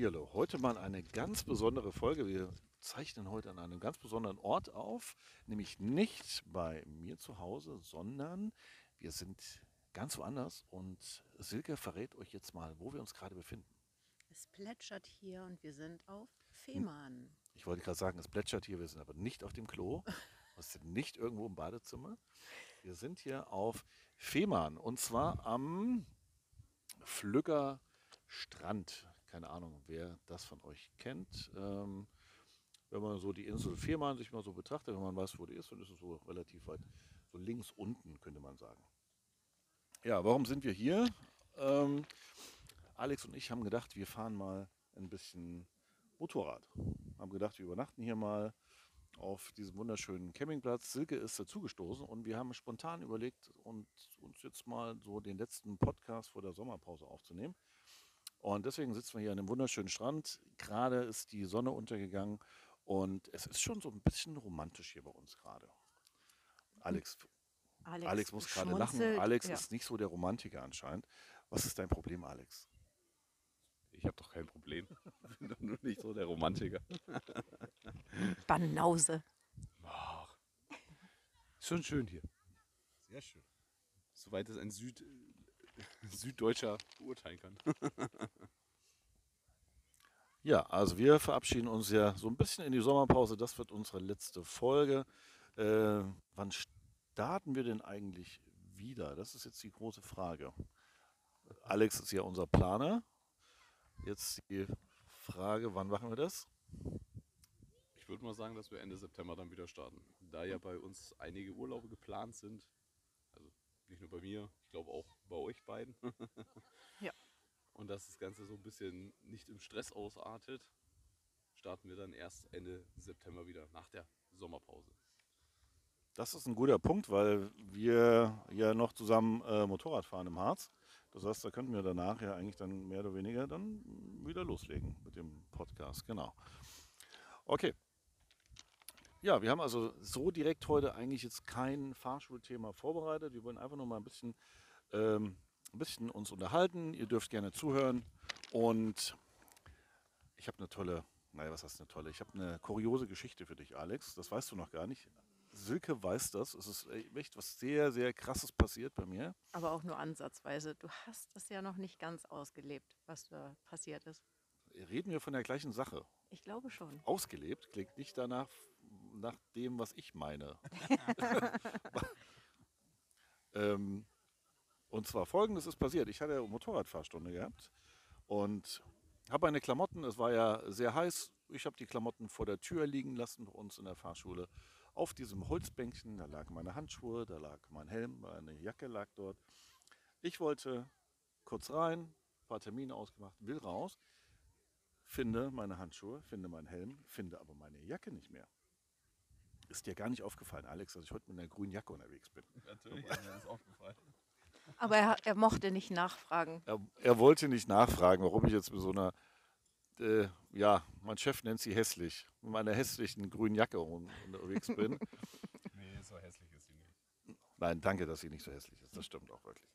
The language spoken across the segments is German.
Hallihallo, heute mal eine ganz besondere Folge. Wir zeichnen heute an einem ganz besonderen Ort auf, nämlich nicht bei mir zu Hause, sondern wir sind ganz woanders und Silke verrät euch jetzt mal, wo wir uns gerade befinden. Es plätschert hier und wir sind auf N- Fehmarn. Ich wollte gerade sagen, es plätschert hier, wir sind aber nicht auf dem Klo, wir sind nicht irgendwo im Badezimmer. Wir sind hier auf Fehmarn und zwar am Flügger Strand. Keine Ahnung, wer das von euch kennt. Wenn man so die Insel Fehmarn sich mal so betrachtet, wenn man weiß, wo die ist, dann ist es so relativ weit, so links unten, könnte man sagen. Ja, warum sind wir hier? Ähm, Alex und ich haben gedacht, wir fahren mal ein bisschen Motorrad. Haben gedacht, wir übernachten hier mal auf diesem wunderschönen Campingplatz. Silke ist dazugestoßen und wir haben spontan überlegt, uns jetzt mal so den letzten Podcast vor der Sommerpause aufzunehmen. Und deswegen sitzen wir hier an einem wunderschönen Strand. Gerade ist die Sonne untergegangen und es ist schon so ein bisschen romantisch hier bei uns gerade. Alex, Alex Alex muss gerade lachen. schmunzelt, Alex ja. ist nicht so der Romantiker anscheinend. Was ist dein Problem, Alex? Ich habe doch kein Problem. Ich bin doch nur nicht so der Romantiker. Banause. Ach, ist schon schön hier. Sehr schön. Soweit es ein Süddeutscher beurteilen kann. Ja, also wir verabschieden uns ja so ein bisschen in die Sommerpause. Das wird unsere letzte Folge. Wann starten wir denn eigentlich wieder? Das ist jetzt die große Frage. Alex ist ja unser Planer. Jetzt die Frage, wann machen wir das? Ich würde mal sagen, dass wir Ende September dann wieder starten. Da ja bei uns einige Urlaube geplant sind. Also nicht nur bei mir, ich glaube auch bei euch beiden. Ja. Und dass das Ganze so ein bisschen nicht im Stress ausartet, starten wir dann erst Ende September wieder nach der Sommerpause. Das ist ein guter Punkt, weil wir ja noch zusammen Motorrad fahren im Harz. Das heißt, da könnten wir danach ja eigentlich dann mehr oder weniger dann wieder loslegen mit dem Podcast. Genau. Okay. Ja, wir haben also so direkt heute eigentlich jetzt kein Fahrschulthema vorbereitet. Wir wollen einfach nur mal ein bisschen uns unterhalten. Ihr dürft gerne zuhören. Und ich habe eine tolle, naja, was heißt eine tolle? Ich habe eine kuriose Geschichte für dich, Alex. Das weißt du noch gar nicht. Silke weiß das. Es ist echt was sehr, sehr Krasses passiert bei mir. Aber auch nur ansatzweise. Du hast es ja noch nicht ganz ausgelebt, was da passiert ist. Reden wir von der gleichen Sache. Ich glaube schon. Ausgelebt klingt nicht danach, nach dem, was ich meine. Ähm, und zwar folgendes ist passiert. Ich hatte Motorradfahrstunde gehabt und habe meine Klamotten, es war ja sehr heiß, ich habe die Klamotten vor der Tür liegen lassen bei uns in der Fahrschule. Auf diesem Holzbänkchen, da lagen meine Handschuhe, da lag mein Helm, meine Jacke lag dort. Ich wollte kurz rein, ein paar Termine ausgemacht, will raus, finde meine Handschuhe, finde meinen Helm, finde aber meine Jacke nicht mehr. Ist dir gar nicht aufgefallen, Alex, dass ich heute mit einer grünen Jacke unterwegs bin? Natürlich ist mir das aufgefallen. Aber er mochte nicht nachfragen. Er wollte nicht nachfragen, warum ich jetzt mit so einer, ja, mein Chef nennt sie hässlich, mit meiner hässlichen grünen Jacke unterwegs bin. Nee, so hässlich ist sie nicht. Nein, danke, dass sie nicht so hässlich ist. Das stimmt auch wirklich.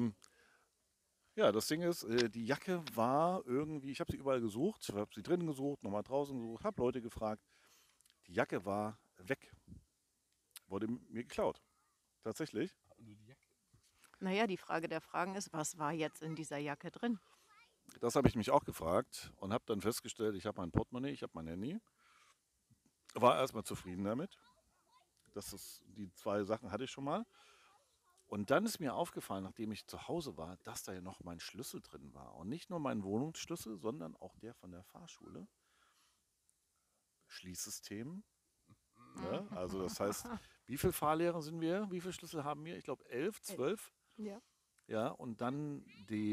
Ja, das Ding ist, die Jacke war irgendwie, ich habe sie überall gesucht, habe sie drinnen gesucht, nochmal draußen gesucht, habe Leute gefragt. Die Jacke war weg, wurde mir geklaut. Tatsächlich. Nur die Jacke. Naja, die Frage der Fragen ist, was war jetzt in dieser Jacke drin? Das habe ich mich auch gefragt und habe dann festgestellt, ich habe mein Portemonnaie, ich habe mein Handy. War erstmal zufrieden damit. Die zwei Sachen hatte ich schon mal. Und dann ist mir aufgefallen, nachdem ich zu Hause war, dass da ja noch mein Schlüssel drin war. Und nicht nur mein Wohnungsschlüssel, sondern auch der von der Fahrschule. Schließsystem. Ne? Also das heißt, wie viele Fahrlehrer sind wir? Wie viele Schlüssel haben wir? Ich glaube 11, 12. Ja. Ja, und dann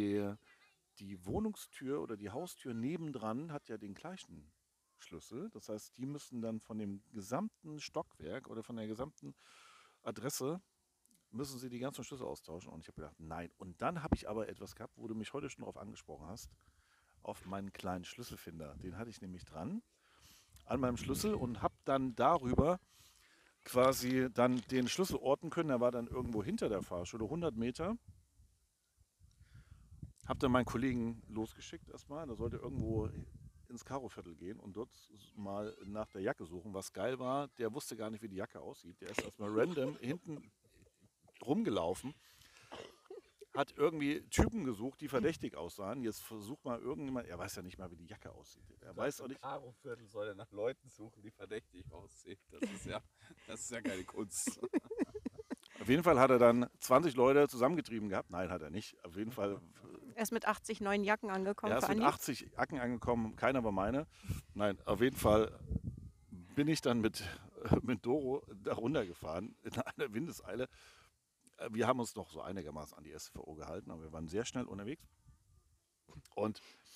die Wohnungstür oder die Haustür nebendran hat ja den gleichen Schlüssel. Das heißt, die müssen dann von dem gesamten Stockwerk oder von der gesamten Adresse müssen sie die ganzen Schlüssel austauschen. Und ich habe gedacht, nein. Und dann habe ich aber etwas gehabt, wo du mich heute schon darauf angesprochen hast, auf meinen kleinen Schlüsselfinder. Den hatte ich nämlich dran an meinem Schlüssel und habe dann darüber quasi dann den Schlüssel orten können. Der war dann irgendwo hinter der Fahrschule, 100 Meter. Habe dann meinen Kollegen losgeschickt erstmal. Der sollte irgendwo ins Karoviertel gehen und dort mal nach der Jacke suchen. Was geil war, der wusste gar nicht, wie die Jacke aussieht. Der ist erstmal random hinten rumgelaufen, hat irgendwie Typen gesucht, die verdächtig aussahen. Jetzt versucht mal irgendjemand, er weiß ja nicht mal, wie die Jacke aussieht. Er weiß auch nicht. Karoviertel soll er nach Leuten suchen, die verdächtig aussehen. Das ist ja keine Kunst. Auf jeden Fall hat er dann 20 Leute zusammengetrieben gehabt. Nein, hat er nicht. Auf jeden Fall. Er ist mit 80 neuen Jacken angekommen Er für ist mit Andi. 80 Jacken angekommen, keiner war meine. Nein, auf jeden Fall bin ich dann mit Doro da runtergefahren in einer Windeseile. Wir haben uns noch so einigermaßen an die SVO gehalten, aber wir waren sehr schnell unterwegs und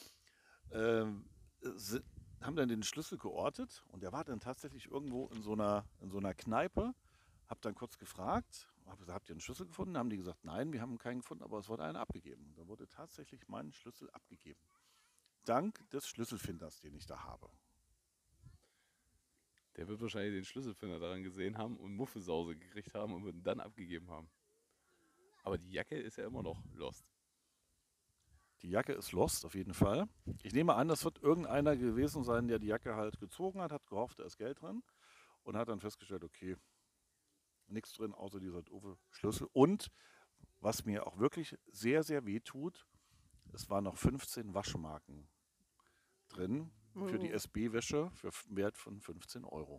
haben dann den Schlüssel geortet und der war dann tatsächlich irgendwo in so einer Kneipe. Hab dann kurz gefragt, habe gesagt, habt ihr einen Schlüssel gefunden? Haben die gesagt, nein, wir haben keinen gefunden, aber es wurde einer abgegeben. Da wurde tatsächlich mein Schlüssel abgegeben. Dank des Schlüsselfinders, den ich da habe. Der wird wahrscheinlich den Schlüsselfinder daran gesehen haben und Muffensause gekriegt haben und wird ihn dann abgegeben haben. Aber die Jacke ist ja immer noch lost. Die Jacke ist lost, auf jeden Fall. Ich nehme an, das wird irgendeiner gewesen sein, der die Jacke halt gezogen hat gehofft, da ist Geld drin und hat dann festgestellt, okay, nichts drin, außer dieser doofe Schlüssel. Und was mir auch wirklich sehr, sehr weh tut, es waren noch 15 Waschmarken drin für die SB-Wäsche für einen Wert von 15 €.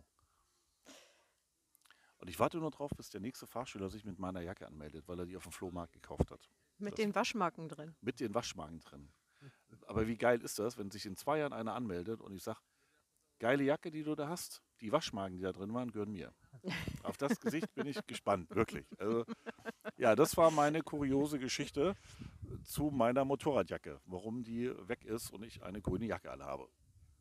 Und ich warte nur drauf, bis der nächste Fahrschüler sich mit meiner Jacke anmeldet, weil er die auf dem Flohmarkt gekauft hat. Mit Das- den Waschmarken drin. Mit den Waschmarken drin. Aber wie geil ist das, wenn sich in 2 Jahren einer anmeldet und ich sage, geile Jacke, die du da hast, die Waschmarken, die da drin waren, gehören mir. Auf das Gesicht bin ich gespannt, wirklich. Also, ja, das war meine kuriose Geschichte zu meiner Motorradjacke, warum die weg ist und ich eine grüne Jacke alle habe.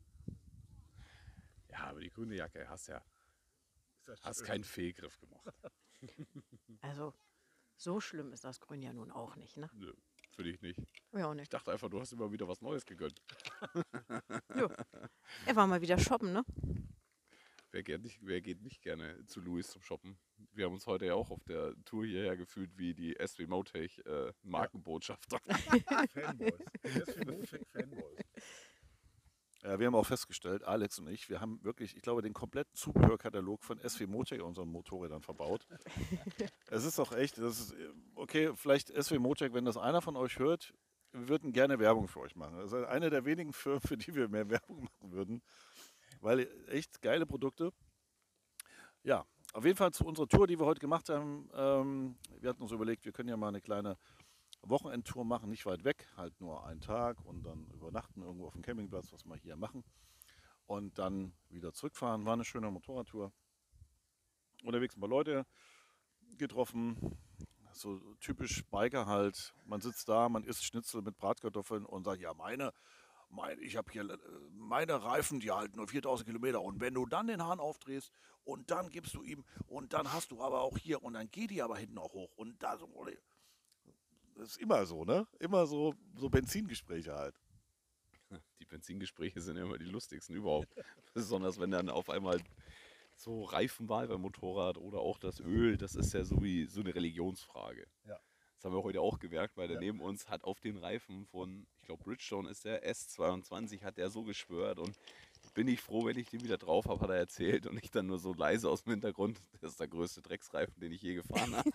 Ja, aber die grüne Jacke hast keinen Fehlgriff gemacht. Also, so schlimm ist das Grün ja nun auch nicht, ne? Nö, finde ich nicht. Ja, auch Ich nicht. dachte einfach, du hast immer wieder was Neues gegönnt. Ja. Er war mal wieder shoppen, ne? Wer geht nicht gerne zu Louis zum Shoppen? Wir haben uns heute ja auch auf der Tour hierher gefühlt wie die SW Motech Markenbotschafter. Fanboys. Fanboys. Ja, wir haben auch festgestellt, Alex und ich, wir haben wirklich, ich glaube, den kompletten Zubehörkatalog von SW Motech unseren Motorrädern verbaut. Es ist auch echt, das ist, okay, vielleicht SW Motech, wenn das einer von euch hört, wir würden gerne Werbung für euch machen. Das ist eine der wenigen Firmen, für die wir mehr Werbung machen würden, weil echt geile Produkte. Ja, auf jeden Fall zu unserer Tour, die wir heute gemacht haben. Wir hatten uns überlegt, wir können ja mal eine kleine Wochenendtour machen, nicht weit weg, halt nur einen Tag und dann übernachten irgendwo auf dem Campingplatz, was wir hier machen. Und dann wieder zurückfahren. War eine schöne Motorradtour. Unterwegs ein paar Leute getroffen. So typisch Biker halt. Man sitzt da, man isst Schnitzel mit Bratkartoffeln und sagt, ja, ich habe hier meine Reifen, die halten nur 4000 Kilometer. Und wenn du dann den Hahn aufdrehst und dann gibst du ihm und dann hast du aber auch hier und dann geht die aber hinten auch hoch. Und da so. Das ist immer so, ne? Immer so Benzingespräche halt. Die Benzingespräche sind ja immer die lustigsten überhaupt. Besonders wenn dann auf einmal so Reifenwahl beim Motorrad oder auch das Öl, das ist ja so wie so eine Religionsfrage. Ja. Das haben wir heute auch gemerkt, weil der neben uns hat auf den Reifen von, ich glaube Bridgestone ist der S22, hat der so geschwört und bin ich froh, wenn ich den wieder drauf habe, hat er erzählt und ich dann nur so leise aus dem Hintergrund, das ist der größte Drecksreifen, den ich je gefahren habe.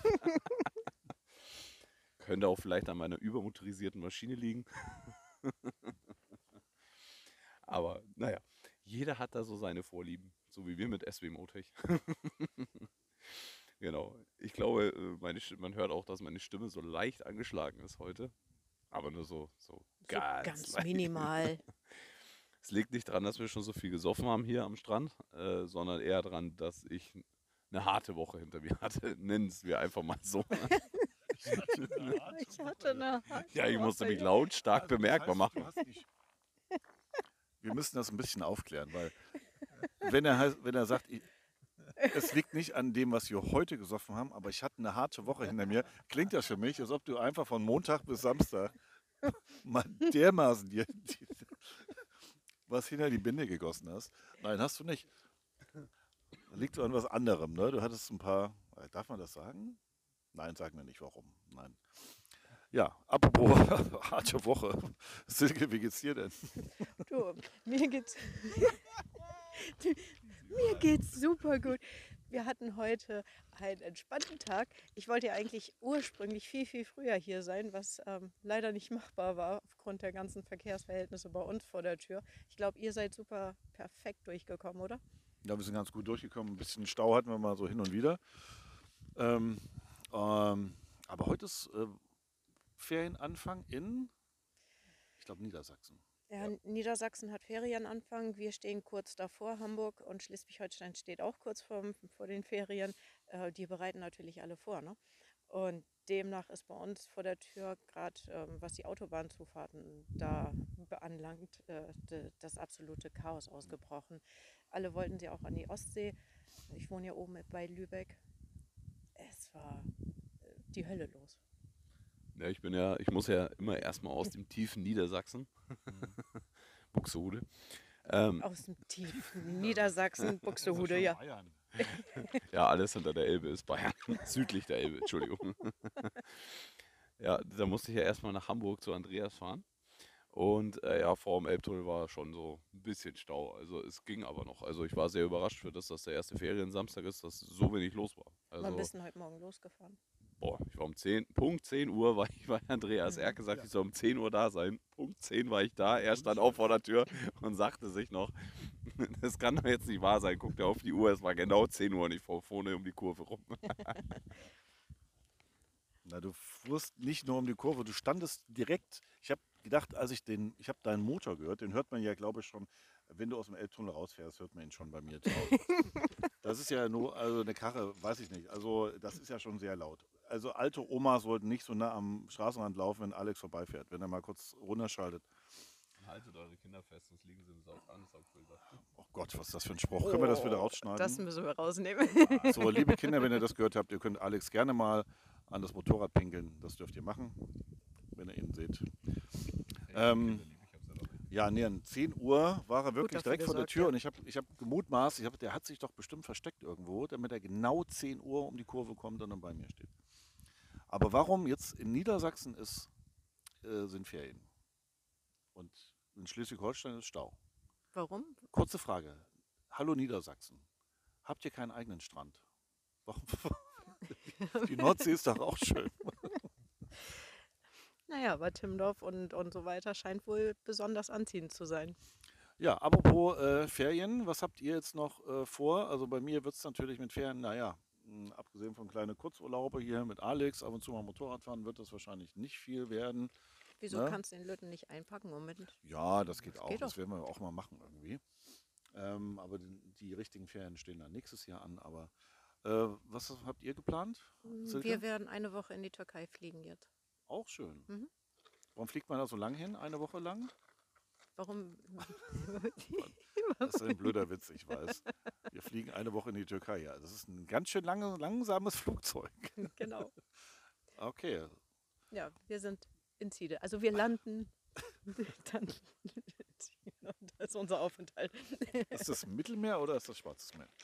Könnte auch vielleicht an meiner übermotorisierten Maschine liegen. Aber naja, jeder hat da so seine Vorlieben, so wie wir mit SW Motech. Genau. Ich glaube, man hört auch, dass meine Stimme so leicht angeschlagen ist heute. Aber nur so Ganz leicht. minimal. Es liegt nicht daran, dass wir schon so viel gesoffen haben hier am Strand, sondern eher daran, dass ich eine harte Woche hinter mir hatte. Nennen es wir einfach mal so. Ich hatte eine Ja, ich musste mich lautstark bemerkbar machen. Wir müssen das ein bisschen aufklären, weil wenn er sagt, es liegt nicht an dem, was wir heute gesoffen haben, aber ich hatte eine harte Woche hinter mir, klingt das für mich, als ob du einfach von Montag bis Samstag mal dermaßen dir was hinter die Binde gegossen hast. Nein, hast du nicht. Liegt so an was anderem, ne? Du hattest ein paar, darf man das sagen? Nein, sag mir nicht warum. Nein. Ja, apropos harte Woche. Silke, wie geht's dir denn? Du, mir geht's, mir geht's super gut. Wir hatten heute einen entspannten Tag. Ich wollte ja eigentlich ursprünglich viel, viel früher hier sein, was leider nicht machbar war aufgrund der ganzen Verkehrsverhältnisse bei uns vor der Tür. Ich glaube, ihr seid super perfekt durchgekommen, oder? Ja, wir sind ganz gut durchgekommen. Ein bisschen Stau hatten wir mal so hin und wieder. Ähm, aber heute ist Ferienanfang in, ich glaube, Niedersachsen. Ja, Niedersachsen hat Ferienanfang. Wir stehen kurz davor. Hamburg und Schleswig-Holstein steht auch kurz vor den Ferien. Die bereiten natürlich alle vor, ne? Und demnach ist bei uns vor der Tür gerade, was die Autobahnzufahrten da beanlangt, das absolute Chaos ausgebrochen. Alle wollten sie auch an die Ostsee. Ich wohne ja oben bei Lübeck. Es war die Hölle los. Ja, ich muss ja immer erstmal aus dem tiefen Niedersachsen, Buxtehude. Aus dem tiefen Niedersachsen, Buxtehude, ja. Ja, alles hinter der Elbe ist Bayern. Südlich der Elbe, Entschuldigung. Ja, da musste ich ja erstmal nach Hamburg zu Andreas fahren. Und ja, vor dem Elbtunnel war schon so ein bisschen Stau. Also es ging aber noch. Also ich war sehr überrascht für das, dass der erste Feriensamstag ist, dass so wenig los war. Wann Also, bist du denn heute Morgen losgefahren? boah, ich war um 10, Punkt 10 Uhr war ich bei Andreas. Er hat gesagt, Ja. ich soll um 10 Uhr da sein. Punkt 10 war ich da. Er stand auch vor der Tür und sagte sich noch, das kann doch jetzt nicht wahr sein. Guckt er auf die Uhr, es war genau 10 Uhr und ich fuhr vorne um die Kurve rum. Na, du fuhrst nicht nur um die Kurve, du standest direkt. Ich habe gedacht, ich habe deinen Motor gehört, den hört man ja, glaube ich, schon, wenn du aus dem Elbtunnel rausfährst, hört man ihn schon bei mir zu Hause. Das ist ja nur, also eine Karre, weiß ich nicht. Also das ist ja schon sehr laut. Also alte Omas sollten nicht so nah am Straßenrand laufen, wenn Alex vorbeifährt, wenn er mal kurz runterschaltet. Haltet eure Kinder fest, sonst liegen sie im Ansaugfilter. Oh Gott, was ist das für ein Spruch? Können wir das bitte Das rausschneiden? müssen wir rausnehmen. So, liebe Kinder, wenn ihr das gehört habt, ihr könnt Alex gerne mal an das Motorrad pinkeln. Das dürft ihr machen, wenn ihr ihn seht. Ähm, Ja, nee, um 10 Uhr war er wirklich dafür direkt vor der gesorgt, Tür ja. und ich hab gemutmaßt, der hat sich doch bestimmt versteckt irgendwo, damit er genau 10 Uhr um die Kurve kommt und dann bei mir steht. Aber warum jetzt in Niedersachsen sind Ferien und in Schleswig-Holstein ist Stau? Warum? Kurze Frage. Hallo Niedersachsen. Habt ihr keinen eigenen Strand? Warum? Die Nordsee ist doch auch schön. Naja, aber Timmendorf und so weiter scheint wohl besonders anziehend zu sein. Ja, apropos Ferien, was habt ihr jetzt noch vor? Also bei mir wird es natürlich mit Ferien, naja, abgesehen von kleinen Kurzurlaube hier mit Alex, ab und zu mal Motorrad fahren, wird das wahrscheinlich nicht viel werden. Wieso Ne? kannst du den Lütten nicht einpacken? Moment. Ja, das geht Das auch. geht Das doch. werden wir auch mal machen irgendwie. Aber die richtigen Ferien stehen dann nächstes Jahr an. Aber was habt ihr geplant, Wir Silke? werden eine Woche in die Türkei fliegen jetzt. Auch schön. Mhm. Warum fliegt man da so lang hin, eine Woche lang? Warum? Das ist ein blöder Witz, ich weiß. Wir fliegen eine Woche in die Türkei. Ja, das ist ein ganz schön langsames Flugzeug. Genau. Okay. Ja, wir sind in Ziele. Also wir landen dann. Das ist unser Aufenthalt. Ist das Mittelmeer oder ist das Schwarzes Meer?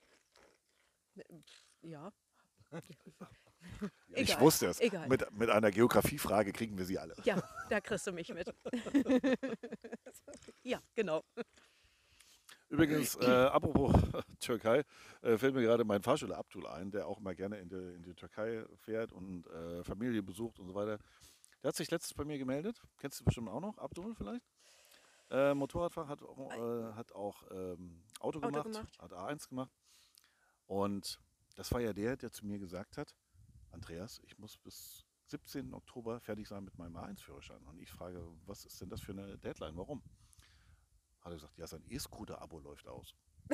Ja. Ich Egal, wusste es. egal. Mit einer Geografiefrage kriegen wir sie alle. Ja, da kriegst du mich mit. Ja, genau. Übrigens, apropos Türkei, fällt mir gerade mein Fahrschüler Abdul ein, der auch mal gerne in die Türkei fährt und Familie besucht und so weiter. Der hat sich letztens bei mir gemeldet. Kennst du bestimmt auch noch, Abdul vielleicht? Motorradfahrer, hat auch Auto gemacht, gemacht. hat A1 gemacht. Und das war ja der zu mir gesagt hat, Andreas, ich muss bis 17. Oktober fertig sein mit meinem A1-Führerschein. Und ich frage, was ist denn das für eine Deadline? Warum? Hat er gesagt, ja, sein E-Scooter-Abo läuft aus.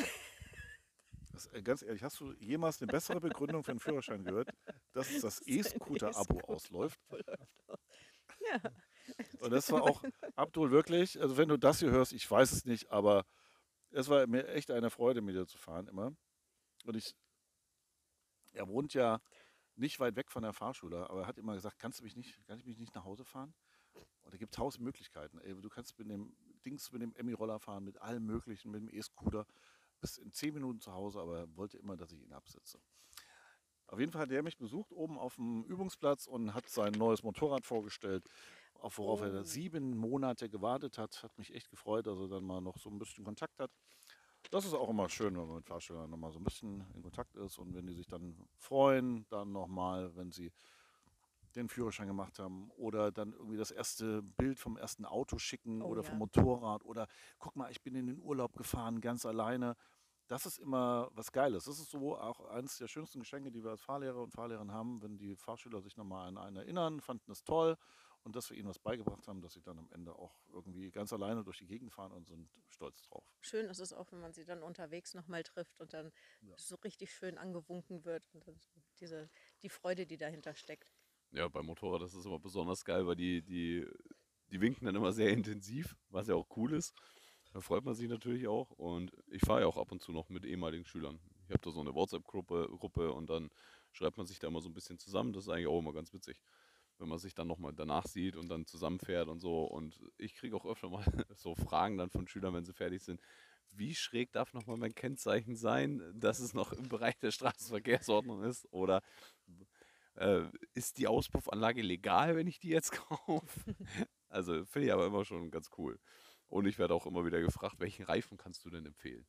Ganz ehrlich, hast du jemals eine bessere Begründung für einen Führerschein gehört, dass das E-Scooter-Abo ausläuft? Ja, Und das war auch Abdul wirklich, also wenn du das hier hörst, ich weiß es nicht, aber es war mir echt eine Freude, mit dir zu fahren immer. Und er wohnt ja nicht weit weg von der Fahrschule, aber er hat immer gesagt, kann ich mich nicht nach Hause fahren? Und da gibt es 1000 Möglichkeiten. Ey, du kannst mit dem Emmy-Roller fahren, mit allem Möglichen, mit dem E-Scooter, bis in 10 Minuten zu Hause, aber er wollte immer, dass ich ihn absetze. Auf jeden Fall hat der mich besucht oben auf dem Übungsplatz und hat sein neues Motorrad vorgestellt, auf worauf er Oh. 7 Monate gewartet hat. Hat mich echt gefreut, dass er dann mal noch so ein bisschen Kontakt hat. Das ist auch immer schön, wenn man mit Fahrschülern nochmal so ein bisschen in Kontakt ist und wenn die sich dann freuen, dann nochmal, wenn sie den Führerschein gemacht haben oder dann irgendwie das erste Bild vom ersten Auto schicken Oh oder vom ja. Motorrad oder guck mal, ich bin in den Urlaub gefahren, ganz alleine. Das ist immer was Geiles. Das ist so auch eines der schönsten Geschenke, die wir als Fahrlehrer und Fahrlehrerinnen haben, wenn die Fahrschüler sich nochmal an einen erinnern, fanden es toll und dass wir ihnen was beigebracht haben, dass sie dann am Ende auch irgendwie ganz alleine durch die Gegend fahren und sind stolz drauf. Schön ist es auch, wenn man sie dann unterwegs nochmal trifft und dann Ja. so richtig schön angewunken wird und dann so die Freude, die dahinter steckt. Ja, beim Motorrad das ist immer besonders geil, weil die winken dann immer sehr intensiv, was ja auch cool ist. Da freut man sich natürlich auch. Und ich fahre ja auch ab und zu noch mit ehemaligen Schülern. Ich habe da so eine WhatsApp-Gruppe und dann schreibt man sich da immer so ein bisschen zusammen. Das ist eigentlich auch immer ganz witzig, wenn man sich dann nochmal danach sieht und dann zusammenfährt und so. Und ich kriege auch öfter mal so Fragen dann von Schülern, wenn sie fertig sind. Wie schräg darf nochmal mein Kennzeichen sein, dass es noch im Bereich der Straßenverkehrsordnung ist? Oder ist die Auspuffanlage legal, wenn ich die jetzt kaufe? Also finde ich aber immer schon ganz cool. Und ich werde auch immer wieder gefragt, welchen Reifen kannst du denn empfehlen?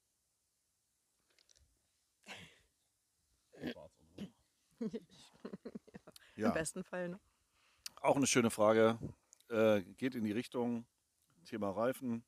Schwarz und rot. Im Ja, besten Fall, ne? auch eine schöne Frage. Geht in die Richtung Thema Reifen.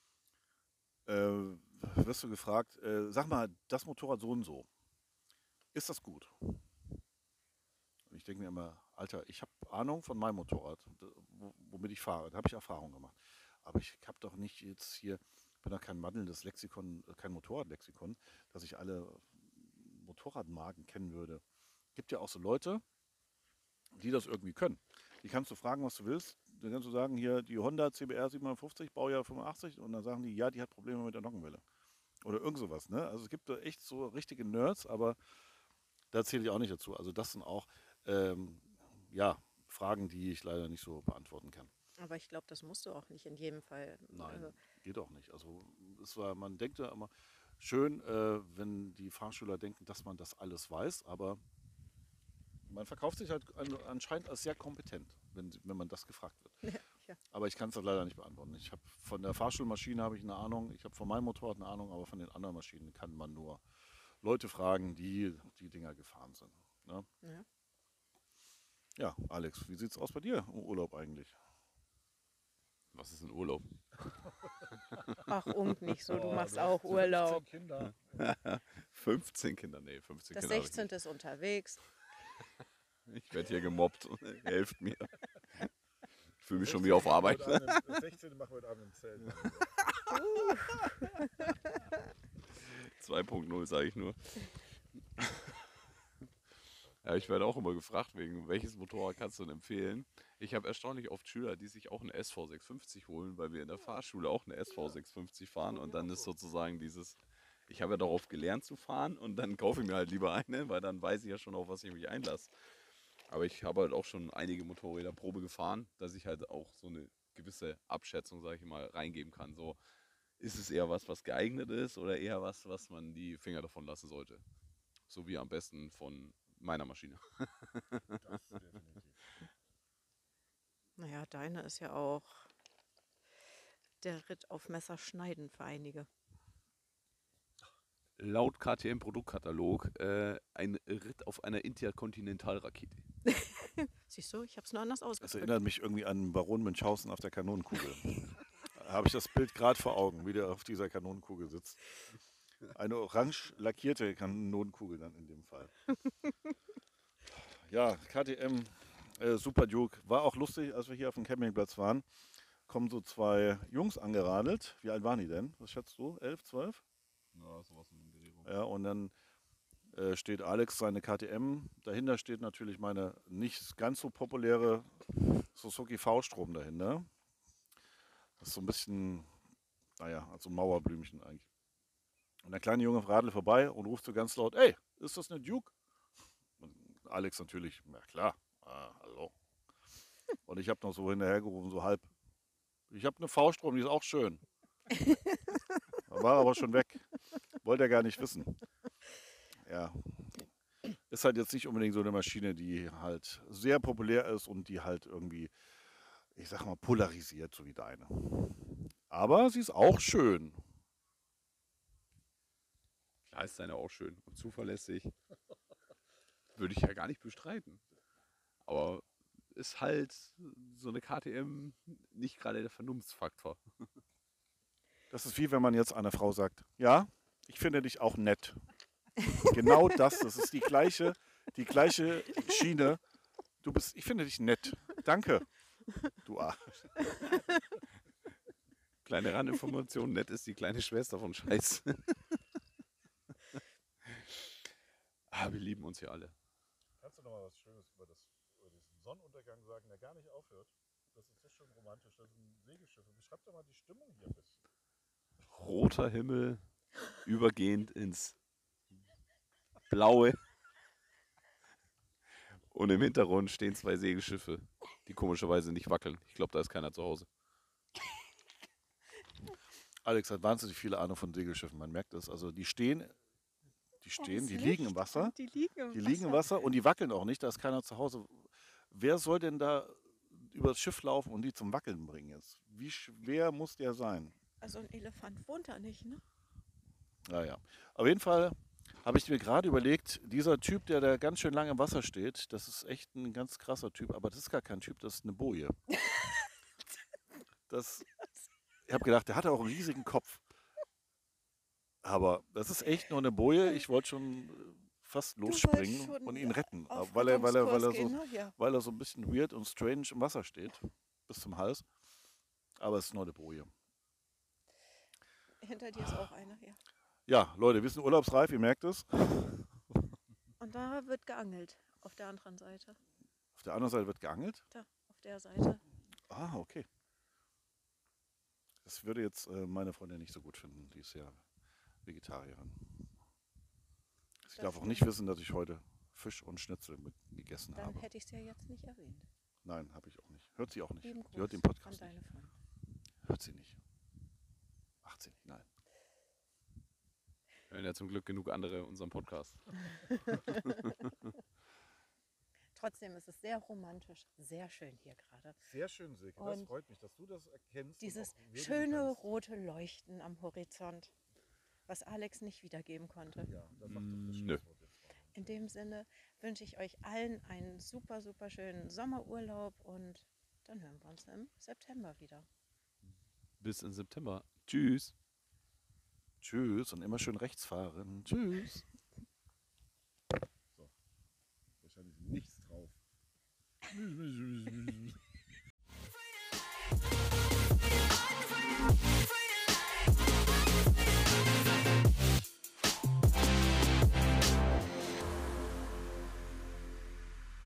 Wirst du gefragt, sag mal, das Motorrad so und so, ist das gut? Und ich denke mir immer, Alter, ich habe Ahnung von meinem Motorrad, womit ich fahre, da habe ich Erfahrung gemacht. Aber ich habe doch nicht jetzt hier, bin doch kein wandelndes Lexikon, kein Motorradlexikon, dass ich alle Motorradmarken kennen würde. Gibt ja auch so Leute, die das irgendwie können. Die kannst du fragen, was du willst. Dann kannst du sagen, hier die Honda CBR 750, Baujahr 85 und dann sagen die, ja, die hat Probleme mit der Nockenwelle. Oder irgend sowas, ne? Also es gibt da echt so richtige Nerds, aber da zähle ich auch nicht dazu. Also das sind auch, ähm, ja, Fragen, die ich leider nicht so beantworten kann. Aber ich glaube, das musst du auch nicht in jedem Fall. Nein, geht auch nicht. Also man denkt ja immer, schön, wenn die Fahrschüler denken, dass man das alles weiß, aber man verkauft sich halt anscheinend als sehr kompetent, wenn man das gefragt wird. Ja. Aber ich kann es halt leider nicht beantworten. Ich habe von der Fahrschulmaschine habe ich eine Ahnung, ich habe von meinem Motorrad eine Ahnung, aber von den anderen Maschinen kann man nur Leute fragen, die die Dinger gefahren sind. Ne? Ja. Ja, Alex, wie sieht es aus bei dir im Urlaub eigentlich? Was ist ein Urlaub? Ach, und nicht so, du Oh, machst du hast auch 15 Urlaub. Kinder. 15 Kinder, nee, 15 Das Kinder habe ich 16. ist unterwegs. nicht. Ich werde hier gemobbt. Helft mir. Ich fühle mich schon wie auf Arbeit. Das 16. machen wir heute Abend im Zelt. 2.0 sage ich nur. Ja, ich werde auch immer gefragt, wegen welches Motorrad kannst du denn empfehlen? Ich habe erstaunlich oft Schüler, die sich auch eine SV650 holen, weil wir in der Fahrschule auch eine SV650 fahren und dann ist sozusagen dieses, ich habe ja darauf gelernt zu fahren und dann kaufe ich mir halt lieber eine, weil dann weiß ich ja schon, auf was ich mich einlasse. Aber ich habe halt auch schon einige Motorräder Probe gefahren, dass ich halt auch so eine gewisse Abschätzung, sage ich mal, reingeben kann. So, ist es eher was geeignet ist oder eher was man die Finger davon lassen sollte? So wie am besten von meiner Maschine. Das definitiv. Naja, deine ist ja auch der Ritt auf Messerschneiden für einige. Laut KTM-Produktkatalog ein Ritt auf einer Interkontinentalrakete. Siehst du, ich habe es nur anders Das ausgedrückt. erinnert mich irgendwie an Baron Münchhausen auf der Kanonenkugel. Habe ich das Bild gerade vor Augen, wie der auf dieser Kanonenkugel sitzt. Eine orange lackierte Kanonenkugel dann in dem Fall. Ja, KTM, Super Duke. War auch lustig, als wir hier auf dem Campingplatz waren. Kommen so zwei Jungs angeradelt. Wie alt waren die denn? Was schätzt du? 11, 12? Ja, sowas in den Dreh. Ja, und dann steht Alex seine KTM. Dahinter steht natürlich meine nicht ganz so populäre Suzuki V-Strom dahinter. Das ist so ein bisschen, naja, also ein Mauerblümchen eigentlich. Und der kleine Junge radelt vorbei und ruft so ganz laut, ey, ist das eine Duke? Und Alex natürlich, ja klar, hallo. Und ich habe noch so hinterhergerufen, so halb, ich habe eine V-Strom, die ist auch schön. War aber schon weg. Wollte er gar nicht wissen. Ja. ist halt jetzt nicht unbedingt so eine Maschine, die halt sehr populär ist und die halt irgendwie, ich sag mal, polarisiert, so wie deine. Aber sie ist auch schön. Klar ist seine auch schön und zuverlässig. Würde ich ja gar nicht bestreiten. Aber ist halt so eine KTM nicht gerade der Vernunftsfaktor. Das ist wie wenn man jetzt einer Frau sagt, ja, ich finde dich auch nett. Genau das ist die gleiche Schiene. Ich finde dich nett. Danke. Du Arsch. Kleine Randinformation, nett ist die kleine Schwester von Scheiß. Wir lieben uns hier alle. Kannst du noch mal was Schönes über diesen Sonnenuntergang sagen, der gar nicht aufhört? Das ist so schön romantisch. Das ist ein Segelschiff. Beschreib doch mal die Stimmung hier ein bisschen. Roter Himmel, übergehend ins Blaue. Und im Hintergrund stehen 2 Segelschiffe, die komischerweise nicht wackeln. Ich glaube, da ist keiner zu Hause. Alex hat wahnsinnig viele Ahnung von Segelschiffen, man merkt es. Also die stehen, die liegen im Wasser. Die liegen Die liegen im Wasser und die wackeln auch nicht, da ist keiner zu Hause. Wer soll denn da über das Schiff laufen und die zum Wackeln bringen jetzt? Wie schwer muss der sein? Also ein Elefant wohnt da nicht, ne? Naja, auf jeden Fall habe ich mir gerade überlegt, dieser Typ, der da ganz schön lange im Wasser steht, das ist echt ein ganz krasser Typ, aber das ist gar kein Typ, das ist eine Boje. Ich habe gedacht, der hatte auch einen riesigen Kopf. Aber das ist echt nur eine Boje. Ich wollte schon fast losspringen schon und ihn retten, auf weil Rettungskurs gehen, ne? Ja. er so ein bisschen weird und strange im Wasser steht, bis zum Hals. Aber es ist nur eine Boje. Hinter dir ist auch einer, ja. Ja, Leute, wir sind urlaubsreif, ihr merkt es. Und da wird geangelt, auf der anderen Seite. Auf der anderen Seite wird geangelt. Da, auf der Seite. Ah, okay. Das würde jetzt meine Freundin nicht so gut finden. Die ist ja Vegetarierin. Sie darf auch nicht wissen, dass ich heute Fisch und Schnitzel gegessen Dann habe. hätte ich es ja jetzt nicht erwähnt. Nein, habe ich auch nicht. Hört sie auch nicht. Lieben Sie hört den Gruß Podcast an nicht. deine Freundin. Hört sie nicht. Macht sie nicht, nein. Wir hören ja zum Glück genug andere unseren Podcast. Trotzdem ist es sehr romantisch, sehr schön hier gerade. Sehr schön, Silke. Das Und freut mich, dass du das erkennst. Dieses schöne rote Leuchten am Horizont, was Alex nicht wiedergeben konnte. Ja, dann macht doch das Nö. Schlusswort jetzt mal. In dem Sinne wünsche ich euch allen einen super, super schönen Sommerurlaub und dann hören wir uns im September wieder. Bis in September. Tschüss. Tschüss und immer schön rechts fahren. Tschüss. So. Wahrscheinlich nichts drauf.